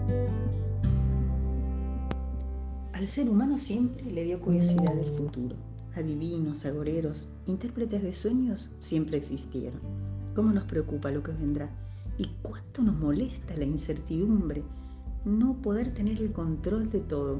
Al ser humano siempre le dio curiosidad del futuro. Adivinos, agoreros, intérpretes de sueños siempre existieron. ¿Cómo nos preocupa lo que vendrá? ¿Y cuánto nos molesta la incertidumbre? No poder tener el control de todo.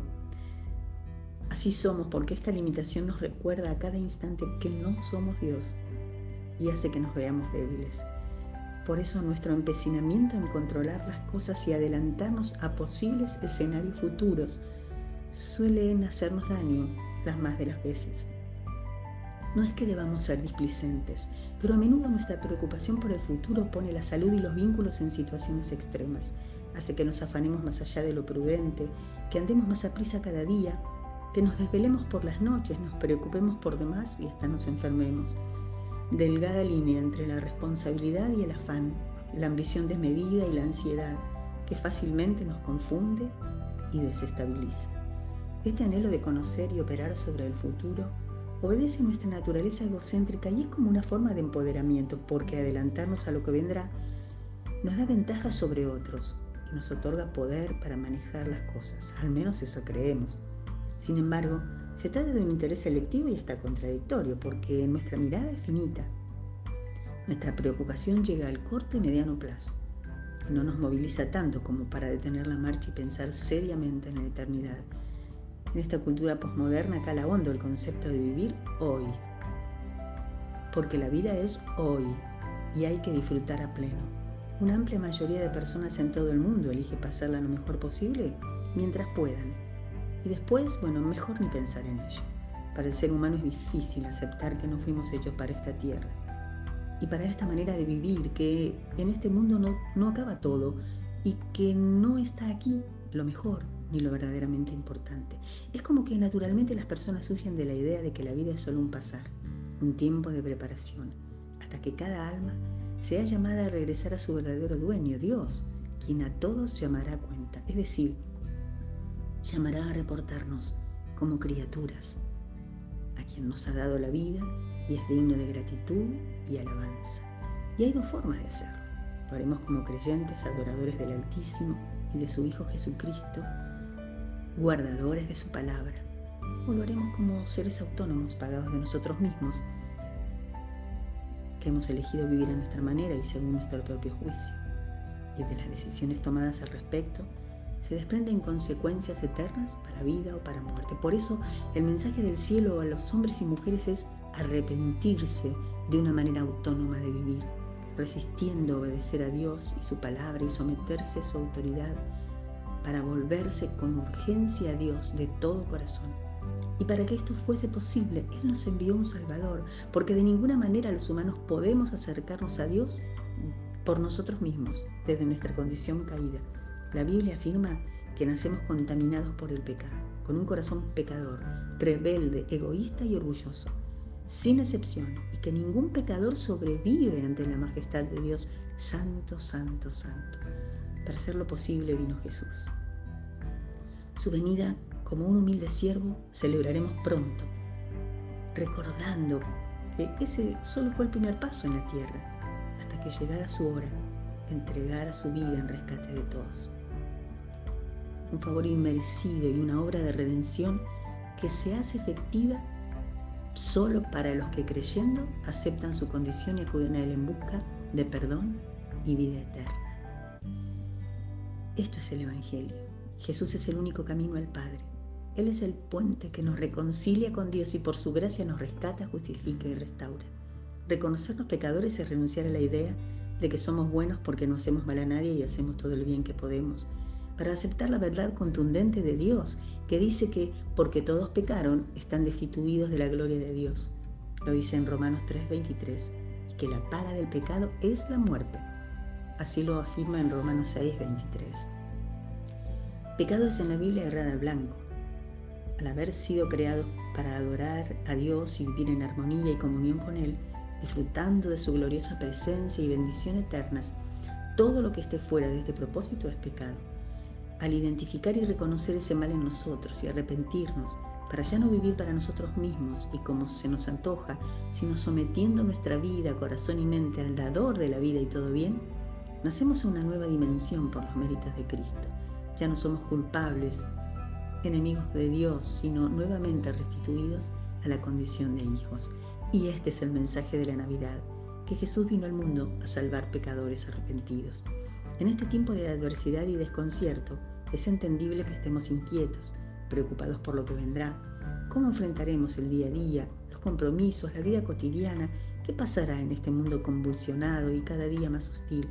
Así somos porque esta limitación nos recuerda a cada instante que no somos Dios y hace que nos veamos débiles. Por eso nuestro empecinamiento en controlar las cosas y adelantarnos a posibles escenarios futuros suelen hacernos daño las más de las veces. No es que debamos ser displicentes, pero a menudo nuestra preocupación por el futuro pone la salud y los vínculos en situaciones extremas. Hace que nos afanemos más allá de lo prudente, que andemos más aprisa cada día, que nos desvelemos por las noches, nos preocupemos por demás y hasta nos enfermemos. Delgada línea entre la responsabilidad y el afán, la ambición desmedida y la ansiedad, que fácilmente nos confunde y desestabiliza. Este anhelo de conocer y operar sobre el futuro obedece a nuestra naturaleza egocéntrica y es como una forma de empoderamiento, porque adelantarnos a lo que vendrá nos da ventajas sobre otros y nos otorga poder para manejar las cosas, al menos eso creemos. Sin embargo, se trata de un interés selectivo y hasta contradictorio, porque nuestra mirada es finita. Nuestra preocupación llega al corto y mediano plazo y no nos moviliza tanto como para detener la marcha y pensar seriamente en la eternidad. En esta cultura posmoderna cala hondo el concepto de vivir hoy, porque la vida es hoy y hay que disfrutar a pleno. Una amplia mayoría de personas en todo el mundo elige pasarla lo mejor posible mientras puedan. Y después, mejor ni pensar en ello. Para el ser humano es difícil aceptar que no fuimos hechos para esta tierra y para esta manera de vivir, que en este mundo no acaba todo y que no está aquí lo mejor ni lo verdaderamente importante. Es como que naturalmente las personas huyen de la idea de que la vida es solo un pasar, un tiempo de preparación, hasta que cada alma sea llamada a regresar a su verdadero dueño, Dios, quien a todos llamará a cuenta, es decir, llamará a reportarnos como criaturas, a quien nos ha dado la vida y es digno de gratitud y alabanza. Y hay dos formas de hacerlo. Lo haremos como creyentes, adoradores del Altísimo y de su Hijo Jesucristo, guardadores de su palabra, o lo haremos como seres autónomos, pagados de nosotros mismos, que hemos elegido vivir a nuestra manera y según nuestro propio juicio. Y de las decisiones tomadas al respecto se desprenden consecuencias eternas para vida o para muerte. Por eso el mensaje del cielo a los hombres y mujeres es arrepentirse de una manera autónoma de vivir, resistiendo obedecer a Dios y su palabra y someterse a su autoridad, para volverse con urgencia a Dios de todo corazón. Y para que esto fuese posible, Él nos envió un Salvador, porque de ninguna manera los humanos podemos acercarnos a Dios por nosotros mismos, desde nuestra condición caída. La Biblia afirma que nacemos contaminados por el pecado, con un corazón pecador, rebelde, egoísta y orgulloso, sin excepción, y que ningún pecador sobrevive ante la majestad de Dios, santo, santo, santo. Para hacerlo posible vino Jesús. Su venida como un humilde siervo celebraremos pronto, recordando que ese solo fue el primer paso en la tierra, hasta que llegara su hora, entregara su vida en rescate de todos. Un favor inmerecido y una obra de redención que se hace efectiva solo para los que creyendo aceptan su condición y acuden a Él en busca de perdón y vida eterna. Esto es el Evangelio. Jesús es el único camino al Padre. Él es el puente que nos reconcilia con Dios y por su gracia nos rescata, justifica y restaura. Reconocernos pecadores es renunciar a la idea de que somos buenos porque no hacemos mal a nadie y hacemos todo el bien que podemos, para aceptar la verdad contundente de Dios, que dice que porque todos pecaron, están destituidos de la gloria de Dios. Lo dice en Romanos 3:23, y que la paga del pecado es la muerte. Así lo afirma en Romanos 6:23. Pecado es en la Biblia errar al blanco. Al haber sido creados para adorar a Dios y vivir en armonía y comunión con Él, disfrutando de su gloriosa presencia y bendición eternas, todo lo que esté fuera de este propósito es pecado. Al identificar y reconocer ese mal en nosotros y arrepentirnos, para ya no vivir para nosotros mismos y como se nos antoja, sino sometiendo nuestra vida, corazón y mente al dador de la vida y todo bien, nacemos a una nueva dimensión por los méritos de Cristo. Ya no somos culpables, enemigos de Dios, sino nuevamente restituidos a la condición de hijos. Y este es el mensaje de la Navidad, que Jesús vino al mundo a salvar pecadores arrepentidos. En este tiempo de adversidad y desconcierto, es entendible que estemos inquietos, preocupados por lo que vendrá. ¿Cómo enfrentaremos el día a día, los compromisos, la vida cotidiana? ¿Qué pasará en este mundo convulsionado y cada día más hostil?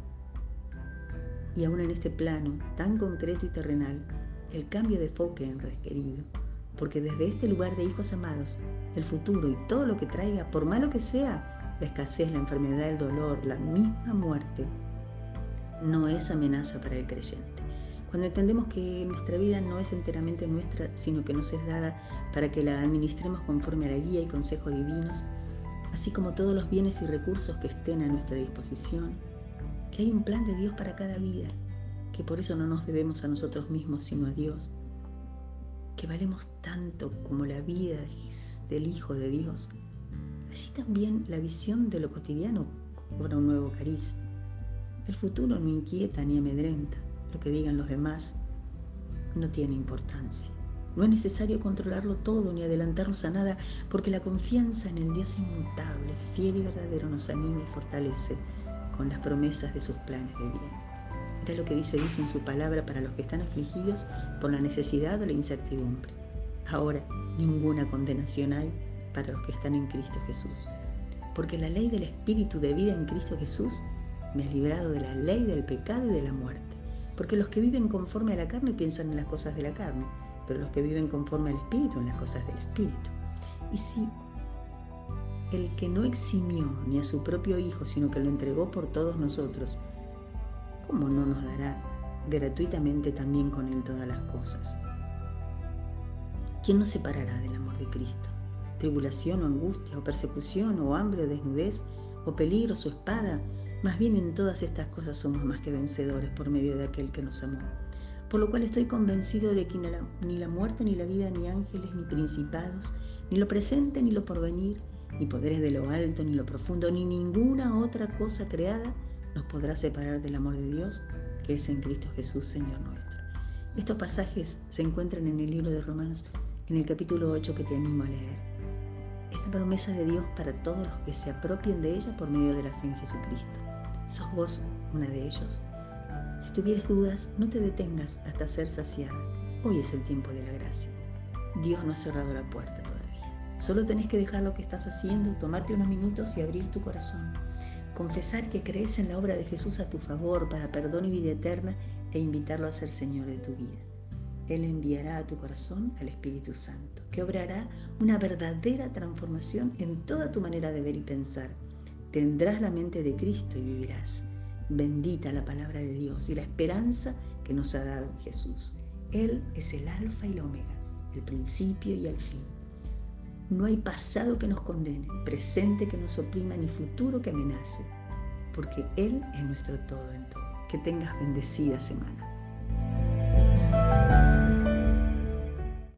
Y aún en este plano tan concreto y terrenal, el cambio de enfoque es requerido, porque desde este lugar de hijos amados, el futuro y todo lo que traiga, por malo que sea, la escasez, la enfermedad, el dolor, la misma muerte, no es amenaza para el creyente. Cuando entendemos que nuestra vida no es enteramente nuestra, sino que nos es dada para que la administremos conforme a la guía y consejo divinos, así como todos los bienes y recursos que estén a nuestra disposición, que hay un plan de Dios para cada vida, que por eso no nos debemos a nosotros mismos, sino a Dios, que valemos tanto como la vida del Hijo de Dios. Allí también la visión de lo cotidiano cobra un nuevo cariz. El futuro no inquieta ni amedrenta. Lo que digan los demás no tiene importancia. No es necesario controlarlo todo ni adelantarnos a nada, porque la confianza en el Dios inmutable, fiel y verdadero nos anima y fortalece con las promesas de sus planes de bien. Mira lo que dice Dios en su palabra para los que están afligidos por la necesidad o la incertidumbre. Ahora, ninguna condenación hay para los que están en Cristo Jesús, porque la ley del Espíritu de vida en Cristo Jesús me ha librado de la ley del pecado y de la muerte. Porque los que viven conforme a la carne piensan en las cosas de la carne, pero los que viven conforme al Espíritu en las cosas del Espíritu. Y si el que no eximió ni a su propio Hijo, sino que lo entregó por todos nosotros, ¿cómo no nos dará gratuitamente también con Él todas las cosas? ¿Quién nos separará del amor de Cristo? ¿Tribulación o angustia, o persecución, o hambre, o desnudez, o peligros, o espada? Más bien en todas estas cosas somos más que vencedores por medio de aquel que nos amó. Por lo cual estoy convencido de que ni la muerte, ni la vida, ni ángeles, ni principados, ni lo presente, ni lo porvenir, ni poderes de lo alto, ni lo profundo, ni ninguna otra cosa creada nos podrá separar del amor de Dios, que es en Cristo Jesús, Señor nuestro. Estos pasajes se encuentran en el libro de Romanos, en el capítulo 8, que te animo a leer. Es la promesa de Dios para todos los que se apropien de ella por medio de la fe en Jesucristo. ¿Sos vos una de ellos? Si tuvieres dudas, no te detengas hasta ser saciada. Hoy es el tiempo de la gracia. Dios no ha cerrado la puerta todavía. Solo tenés que dejar lo que estás haciendo, tomarte unos minutos y abrir tu corazón. Confesar que crees en la obra de Jesús a tu favor para perdón y vida eterna e invitarlo a ser Señor de tu vida. Él enviará a tu corazón al Espíritu Santo, que obrará una verdadera transformación en toda tu manera de ver y pensar. Tendrás la mente de Cristo y vivirás. Bendita la palabra de Dios y la esperanza que nos ha dado en Jesús. Él es el alfa y la omega, el principio y el fin. No hay pasado que nos condene, presente que nos oprima, ni futuro que amenace, porque Él es nuestro todo en todo. Que tengas bendecida semana.